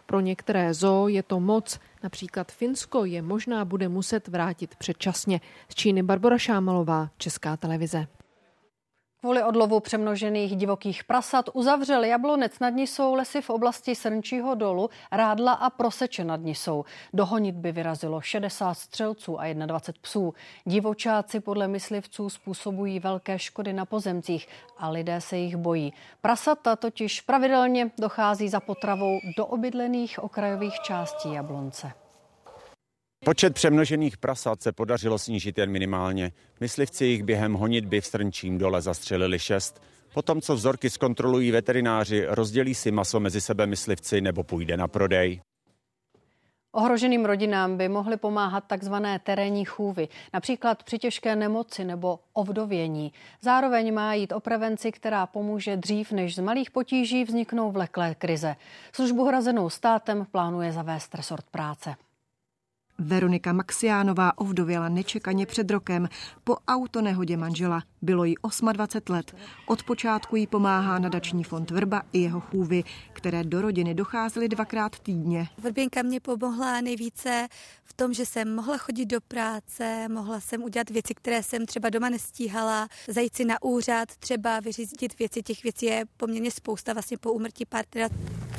Pro některé zoo je to moc. Například Finsko je možná bude muset vrátit předčasně. Z Číny Barbora Šámalová, Česká televize. Kvůli odlovu přemnožených divokých prasat uzavřel Jablonec nad Nisou lesy v oblasti Srnčího dolu, Rádla a Proseče nad Nisou. Do honitby vyrazilo šedesát střelců a dvacet jedna psů. Divočáci podle myslivců způsobují velké škody na pozemcích a lidé se jich bojí. Prasata totiž pravidelně dochází za potravou do obydlených okrajových částí Jablonce. Počet přemnožených prasat se podařilo snížit jen minimálně. Myslivci jich během honitby v Srnčím dole zastřelili šest. Potom, co vzorky zkontrolují veterináři, rozdělí si maso mezi sebe myslivci nebo půjde na prodej. Ohroženým rodinám by mohly pomáhat takzvané terénní chůvy, například při těžké nemoci nebo ovdovění. Zároveň má jít o prevenci, která pomůže dřív, než z malých potíží vzniknou vleklé krize. Službu hrazenou státem plánuje zavést resort práce. Veronika Maxiánová ovdověla nečekaně před rokem po autonehodě manžela. Bylo jí dvacet osm let. Od počátku jí pomáhá nadační fond Vrba i jeho chůvy, které do rodiny docházely dvakrát týdně. Vrběnka mě pomohla nejvíce v tom, že jsem mohla chodit do práce, mohla jsem udělat věci, které jsem třeba doma nestíhala, zajít si na úřad, třeba vyřídit věci, těch věcí je poměrně spousta vlastně po úmrtí partnera.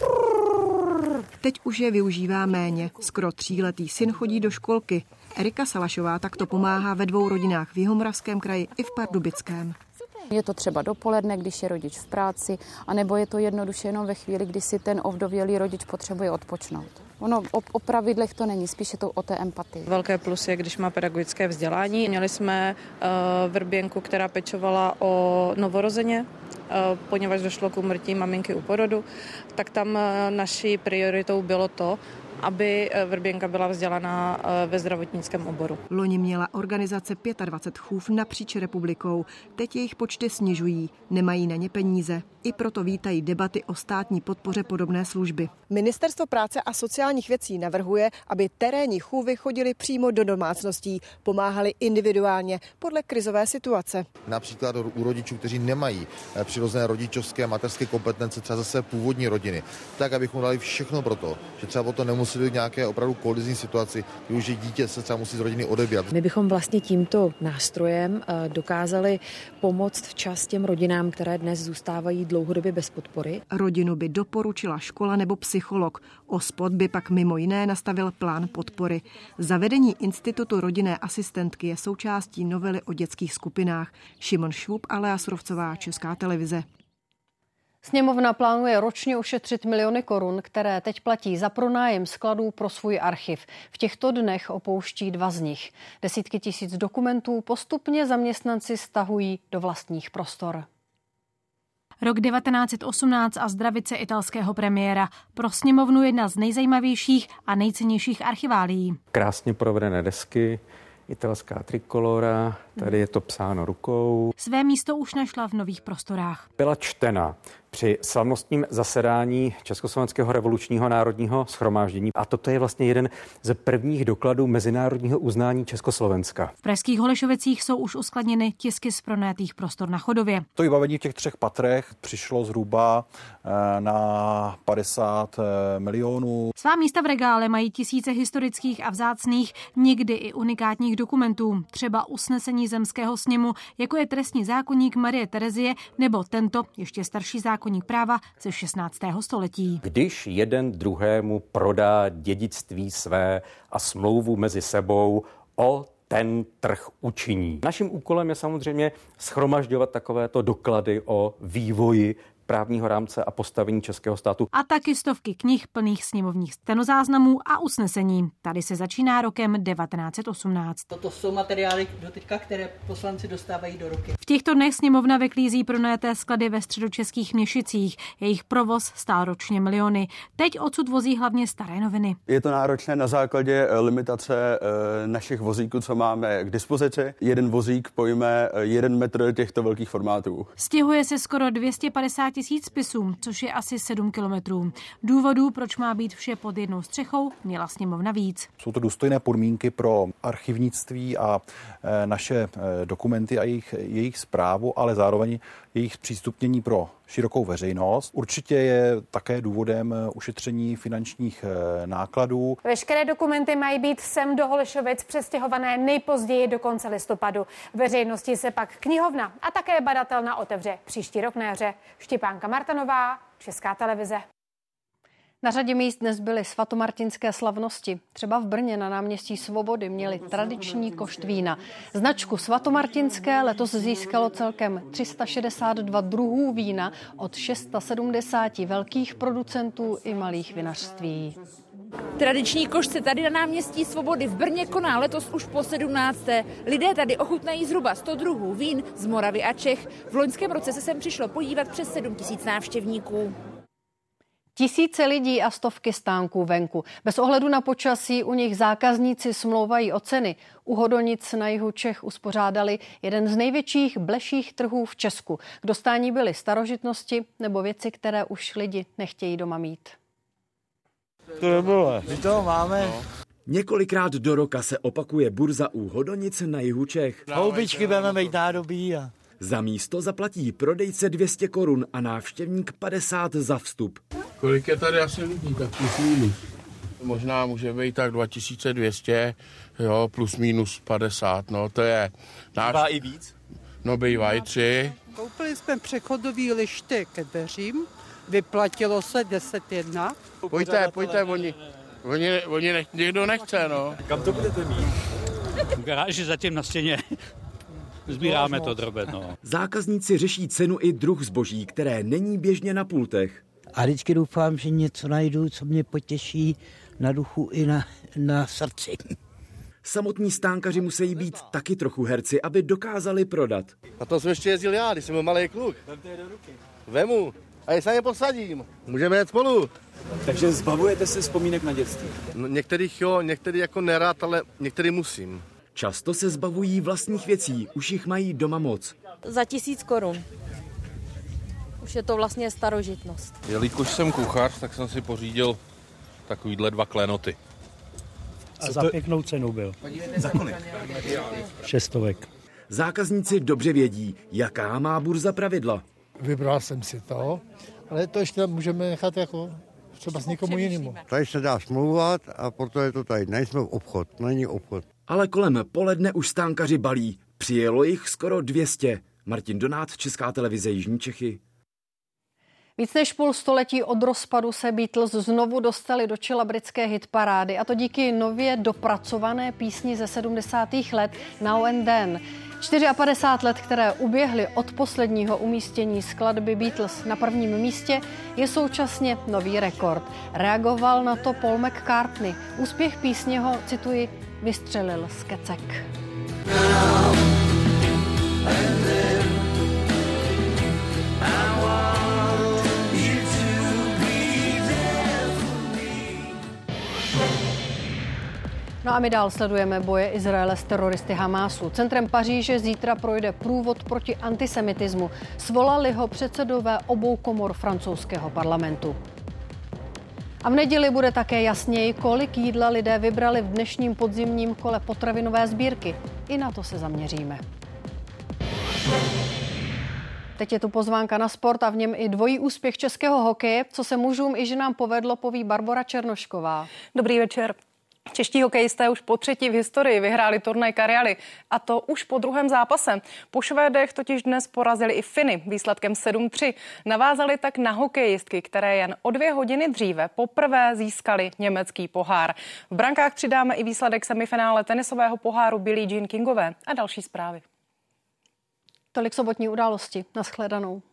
Teď už je využívá méně. Skoro tříletý syn chodí do školky. Erika Salašová takto pomáhá ve dvou rodinách v Jihomoravském kraji i v Pardubickém. Je to třeba dopoledne, když je rodič v práci, anebo je to jednoduše jenom ve chvíli, kdy si ten ovdovělý rodič potřebuje odpočnout. Ono o, o pravidlech to není, spíše to o té empatii. Velké plus je, když má pedagogické vzdělání. Měli jsme uh, vrběnku, která pečovala o novorozeně, uh, poněvadž došlo k úmrtí maminky u porodu, tak tam uh, naší prioritou bylo to, aby vrběnka byla vzdělaná ve zdravotnickém oboru. Loni měla organizace dvacet pět chův napříč republikou. Teď jejich počty snižují. Nemají na ně peníze. I proto vítají debaty o státní podpoře podobné služby. Ministerstvo práce a sociálních věcí navrhuje, aby terénní chůvy chodily přímo do domácností, pomáhali individuálně podle krizové situace. Například u rodičů, kteří nemají přirozené rodičovské a mateřské kompetence třeba zase původní rodiny, tak abychom dali všechno pro to, že třeba potom nemusí být nějaké opravdu kolizní situaci, kdy už dítě se třeba musí z rodiny odebírat. My bychom vlastně tímto nástrojem dokázali pomoct včas těm rodinám, které dnes zůstávají dlouhodobě bez podpory. Rodinu by doporučila škola nebo psycholog. OSPOD by pak mimo jiné nastavil plán podpory. Zavedení institutu rodinné asistentky je součástí novely o dětských skupinách. Šimon Švub a Lea Surovcová, Česká televize. Sněmovna plánuje ročně ušetřit miliony korun, které teď platí za pronájem skladů pro svůj archiv. V těchto dnech opouští dva z nich. Desítky tisíc dokumentů postupně zaměstnanci stahují do vlastních prostor. Rok devatenáct set osmnáct a zdravice italského premiéra. Pro sněmovnu jedna z nejzajímavějších a nejcennějších archiválií. Krásně provedené desky, italská trikolora, tady je to psáno rukou. Své místo už našla v nových prostorách. Byla čtena při slavnostním zasedání Československého revolučního národního shromáždění. A toto je vlastně jeden ze prvních dokladů mezinárodního uznání Československa. V pražských Holešovicích jsou už uskladněny tisky z pronajatých prostor na Chodově. To vybavení v těch třech patrech přišlo zhruba na padesát milionů. Svá místa v regále mají tisíce historických a vzácných, někdy i unikátních dokumentů. Třeba usnesení zemského sněmu, jako je trestní zákoník Marie Terezie nebo tento ještě starší zákoník práva ze šestnáctého století. Když jeden druhému prodá dědictví své a smlouvu mezi sebou, o ten trh učiní. Naším úkolem je samozřejmě shromažďovat takovéto doklady o vývoji právního rámce a postavení českého státu. A taky stovky knih plných sněmovních stenozáznamů a usnesení. Tady se začíná rokem devatenáct set osmnáct. Toto jsou materiály doteďka, které poslanci dostávají do ruky. V těchto dnech sněmovna vyklízí pronajaté sklady ve středočeských Měšicích. Jejich provoz stál ročně miliony. Teď odsud vozí hlavně staré noviny. Je to náročné na základě limitace našich vozíků, co máme k dispozici. Jeden vozík pojme jeden metr těchto velkých formátů. Stěhuje se skoro dvě stě padesát tisíc spisů, což je asi sedm kilometrů. Důvodů, proč má být vše pod jednou střechou, měla sněmovna víc. Jsou to důstojné podmínky pro archivnictví a naše dokumenty a jejich, jejich správu, ale zároveň jejich zpřístupnění pro širokou veřejnost. Určitě je také důvodem ušetření finančních nákladů. Veškeré dokumenty mají být sem do Holešovic přestěhované nejpozději do konce listopadu. Veřejnosti se pak knihovna a také badatelna otevře příští rok na jaře. Štěpánka Martanová, Česká televize. Na řadě míst dnes byly svatomartinské slavnosti. Třeba v Brně na náměstí Svobody měli tradiční košt vína. Značku svatomartinské letos získalo celkem tři sta šedesát dva druhů vína od sedmdesát šest velkých producentů i malých vinařství. Tradiční košt se tady na náměstí Svobody v Brně koná letos už po sedmnácté. Lidé tady ochutnají zhruba sto druhů vín z Moravy a Čech. V loňském roce se sem přišlo podívat přes sedm tisíc návštěvníků. Tisíce lidí a stovky stánků venku. Bez ohledu na počasí u nich zákazníci smlouvají o ceny. U Hodonic na jihu Čech uspořádali jeden z největších bleších trhů v Česku. K dostání byly starožitnosti nebo věci, které už lidi nechtějí doma mít. To nebylo. My toho máme. No. Několikrát do roka se opakuje burza u Hodonic na jihu Čech. Houbičky budeme mít nádobí a... Za místo zaplatí prodejce dvě stě korun a návštěvník padesát za vstup. Kolik je tady asi lidí, tak plus minus. Možná může být tak dva tisíce dvě stě, jo, plus minus padesát, no to je... Náš... Bývá i víc? No bývá i tři. Koupili jsme přechodový lišty ke dveřím, vyplatilo se deset jedna. Pojďte, pojďte, oni, oni, oni nech, někdo nechce, no. Kam to budete mít? V garáži zatím na stěně. Sbíráme to drobet, no. Zákazníci řeší cenu i druh zboží, které není běžně na pultech. A vždycky doufám, že něco najdu, co mě potěší na duchu i na, na srdci. Samotní stánkaři musí být taky trochu herci, aby dokázali prodat. A to jsem ještě jezdil já, když jsem byl malý kluk. Vemte je do ruky. Vemu a je se je posadím. Můžeme jet spolu. Takže zbavujete se vzpomínek na dětství? No, některých jo, některý jako nerad, ale některý musím. Často se zbavují vlastních věcí, už jich mají doma moc. Za tisíc korun. Už je to vlastně starožitnost. Jelikož jsem kuchař, tak jsem si pořídil takovýhle dva klenoty. A za to... pěknou cenu byl. Za kolik? Šestovek. Zákazníci dobře vědí, jaká má burza pravidla. Vybral jsem si to, ale to ještě můžeme nechat jako třeba s někomu jinému. Tady se dá smlouvat a proto je to tady. Nejsme obchod, není obchod. Ale kolem poledne už stánkaři balí. Přijelo jich skoro dvě stě. Martin Donát, Česká televize Jižní Čechy. Víc než půl století od rozpadu se Beatles znovu dostali do čela britské hitparády, a to díky nově dopracované písni ze sedmdesátých let Now and Then. padesát čtyři let, které uběhly od posledního umístění skladby Beatles na prvním místě, je současně nový rekord. Reagoval na to Paul McCartney. Úspěch písně ho, cituji, vystřelil z kecek. No a my dál sledujeme boje Izraele s teroristy Hamásu. Centrem Paříže zítra projde průvod proti antisemitismu. Svolali ho předsedové obou komor francouzského parlamentu. A v neděli bude také jasněji, kolik jídla lidé vybrali v dnešním podzimním kole potravinové sbírky. I na to se zaměříme. Teď je tu pozvánka na sport a v něm i dvojí úspěch českého hokeje. Co se mužům i ženám povedlo, poví Barbora Černošková. Dobrý večer. Čeští hokejisté už po třetí v historii vyhráli turnaj Karjaly, a to už po druhém zápase. Po Švédech totiž dnes porazili i Finy výsledkem sedm tři. Navázali tak na hokejistky, které jen o dvě hodiny dříve poprvé získali německý pohár. V brankách přidáme i výsledek semifinále tenisového poháru Billie Jean Kingové a další zprávy. Tolik sobotní události. Nashledanou.